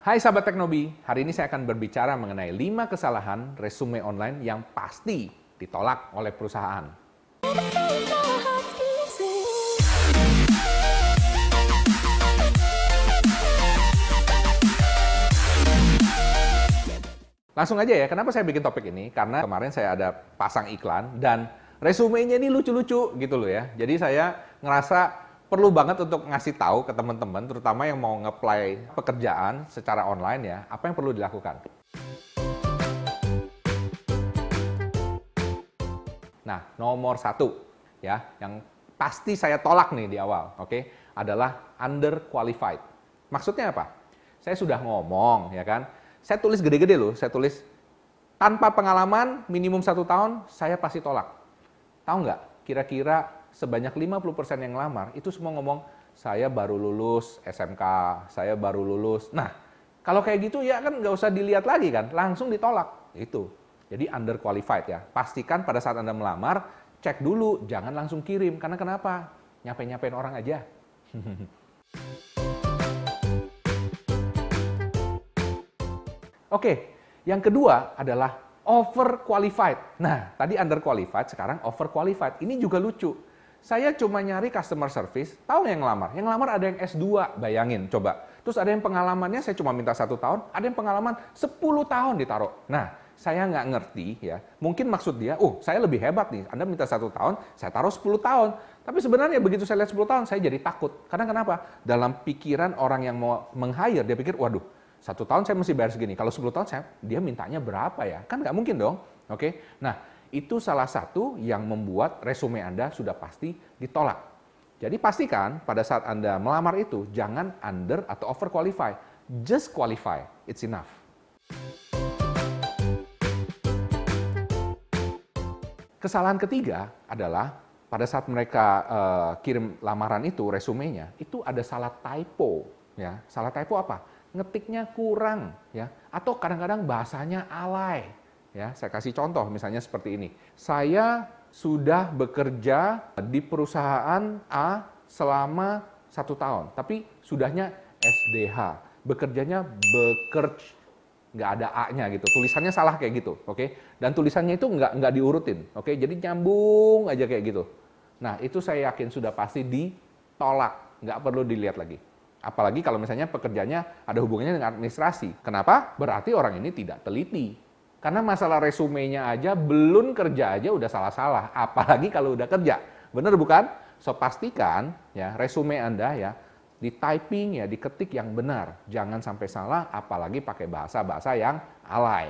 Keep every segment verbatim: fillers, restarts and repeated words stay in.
Hai sahabat Teknobi, hari ini saya akan berbicara mengenai lima kesalahan resume online yang pasti ditolak oleh perusahaan. Langsung aja ya, kenapa saya bikin topik ini? Karena kemarin saya ada pasang iklan dan resumenya ini lucu-lucu gitu loh ya. Jadi saya ngerasa perlu banget untuk ngasih tahu ke teman-teman, terutama yang mau nge-apply pekerjaan secara online ya, apa yang perlu dilakukan. Nah, nomor satu ya, yang pasti saya tolak nih di awal, oke, adalah underqualified. Maksudnya apa? Saya sudah ngomong ya kan, saya tulis gede-gede loh, saya tulis tanpa pengalaman minimum satu tahun, saya pasti tolak. Tahu nggak? Kira-kira sebanyak lima puluh persen yang ngelamar, itu semua ngomong, saya baru lulus S M K, saya baru lulus. Nah, kalau kayak gitu ya kan nggak usah dilihat lagi kan, langsung ditolak. Itu. Jadi underqualified ya. Pastikan pada saat Anda melamar, cek dulu, jangan langsung kirim. Karena kenapa? Nyapain-nyapain orang aja. Oke, yang kedua adalah overqualified. Nah, tadi underqualified, sekarang overqualified. Ini juga lucu. Saya cuma nyari customer service, tahu yang ngelamar? Yang ngelamar ada yang S dua, bayangin, coba. Terus ada yang pengalamannya saya cuma minta satu tahun, ada yang pengalaman sepuluh tahun ditaruh. Nah, saya nggak ngerti ya, mungkin maksud dia, oh saya lebih hebat nih, Anda minta satu tahun, saya taruh sepuluh tahun. Tapi sebenarnya begitu saya lihat sepuluh tahun, saya jadi takut. Karena kenapa? Dalam pikiran orang yang mau meng-hire, dia pikir, waduh, satu tahun saya mesti bayar segini. Kalau sepuluh tahun, saya, dia mintanya berapa ya? Kan nggak mungkin dong. Oke, nah itu salah satu yang membuat resume Anda sudah pasti ditolak. Jadi pastikan pada saat Anda melamar itu, jangan under atau overqualify. Just qualify, it's enough. Kesalahan ketiga adalah pada saat mereka uh, kirim lamaran itu, resumenya, itu ada salah typo. Ya. Salah typo apa? Ngetiknya kurang, ya, atau kadang-kadang bahasanya alay. Ya, saya kasih contoh misalnya seperti ini. Saya sudah bekerja di perusahaan A selama satu tahun, tapi sudahnya S D H. Bekerjanya bekerj, nggak ada A-nya gitu. Tulisannya salah kayak gitu, oke? Dan tulisannya itu nggak nggak diurutin, oke? Jadi nyambung aja kayak gitu. Nah, itu saya yakin sudah pasti ditolak, nggak perlu dilihat lagi. Apalagi kalau misalnya pekerjaannya ada hubungannya dengan administrasi. Kenapa? Berarti orang ini tidak teliti. Karena masalah resumenya aja, belum kerja aja udah salah-salah. Apalagi kalau udah kerja. Bener bukan? So, pastikan ya resume Anda ya, di typing ya, diketik yang benar. Jangan sampai salah, apalagi pakai bahasa-bahasa yang alay.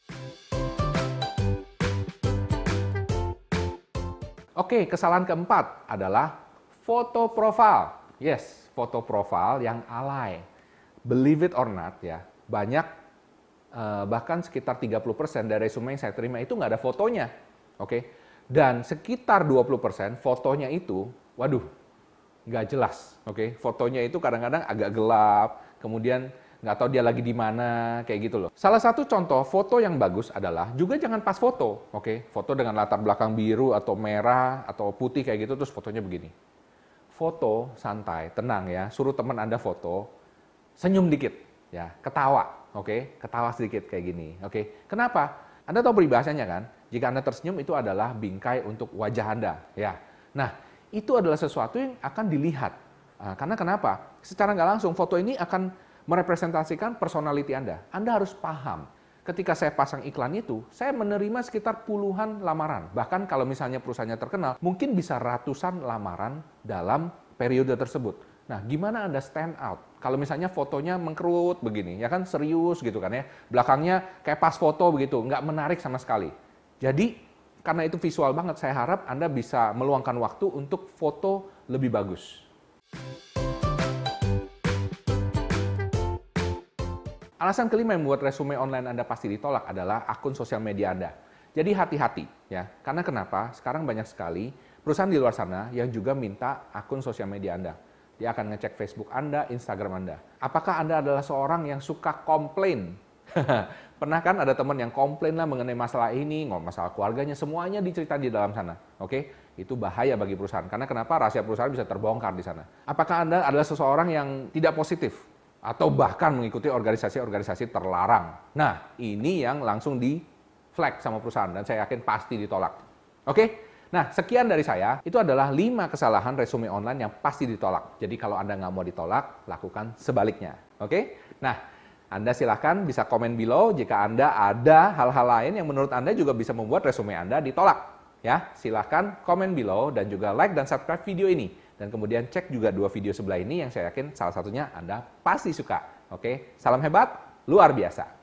Oke, kesalahan keempat adalah foto profil. Yes, foto profil yang alay. Believe it or not ya, banyak Uh, bahkan sekitar tiga puluh persen dari resume yang saya terima itu nggak ada fotonya. Oke, okay? Dan sekitar dua puluh persen fotonya itu, waduh, nggak jelas. Oke, okay? Fotonya itu kadang-kadang agak gelap, kemudian nggak tahu dia lagi di mana, kayak gitu loh. Salah satu contoh foto yang bagus adalah, juga jangan pas foto. Oke, okay? Foto dengan latar belakang biru atau merah atau putih kayak gitu, terus fotonya begini. Foto santai, tenang ya, suruh teman Anda foto, senyum dikit, ya, ketawa. Oke, okay? Ketawa sedikit kayak gini. Oke, okay? Kenapa? Anda tahu peribahasanya kan? Jika Anda tersenyum itu adalah bingkai untuk wajah Anda. Ya, nah itu adalah sesuatu yang akan dilihat. Nah, karena kenapa? Secara nggak langsung foto ini akan merepresentasikan personality Anda. Anda harus paham. Ketika saya pasang iklan itu, saya menerima sekitar puluhan lamaran. Bahkan kalau misalnya perusahaannya terkenal, mungkin bisa ratusan lamaran dalam periode tersebut. Nah, gimana Anda stand out? Kalau misalnya fotonya mengkerut begini, ya kan serius gitu kan ya. Belakangnya kayak pas foto begitu, nggak menarik sama sekali. Jadi, karena itu visual banget, saya harap Anda bisa meluangkan waktu untuk foto lebih bagus. Alasan kelima yang membuat resume online Anda pasti ditolak adalah akun sosial media Anda. Jadi hati-hati ya. Karena kenapa? Sekarang banyak sekali perusahaan di luar sana yang juga minta akun sosial media Anda. Dia akan ngecek Facebook Anda, Instagram Anda. Apakah Anda adalah seorang yang suka komplain? Pernah kan ada teman yang komplain lah mengenai masalah ini, ngomong masalah keluarganya, semuanya diceritakan di dalam sana. Oke? Itu bahaya bagi perusahaan. Karena kenapa? Rahasia perusahaan bisa terbongkar di sana. Apakah Anda adalah seseorang yang tidak positif? atau bahkan mengikuti organisasi-organisasi terlarang. Nah, ini yang langsung di flag sama perusahaan dan saya yakin pasti ditolak. Oke? Nah, sekian dari saya. Itu adalah lima kesalahan resume online yang pasti ditolak. Jadi kalau Anda nggak mau ditolak, lakukan sebaliknya. Oke? Nah, Anda silahkan bisa komen below jika Anda ada hal-hal lain yang menurut Anda juga bisa membuat resume Anda ditolak. Ya, silahkan komen below dan juga like dan subscribe video ini. Dan kemudian cek juga dua video sebelah ini yang saya yakin salah satunya Anda pasti suka. Oke, salam hebat, luar biasa.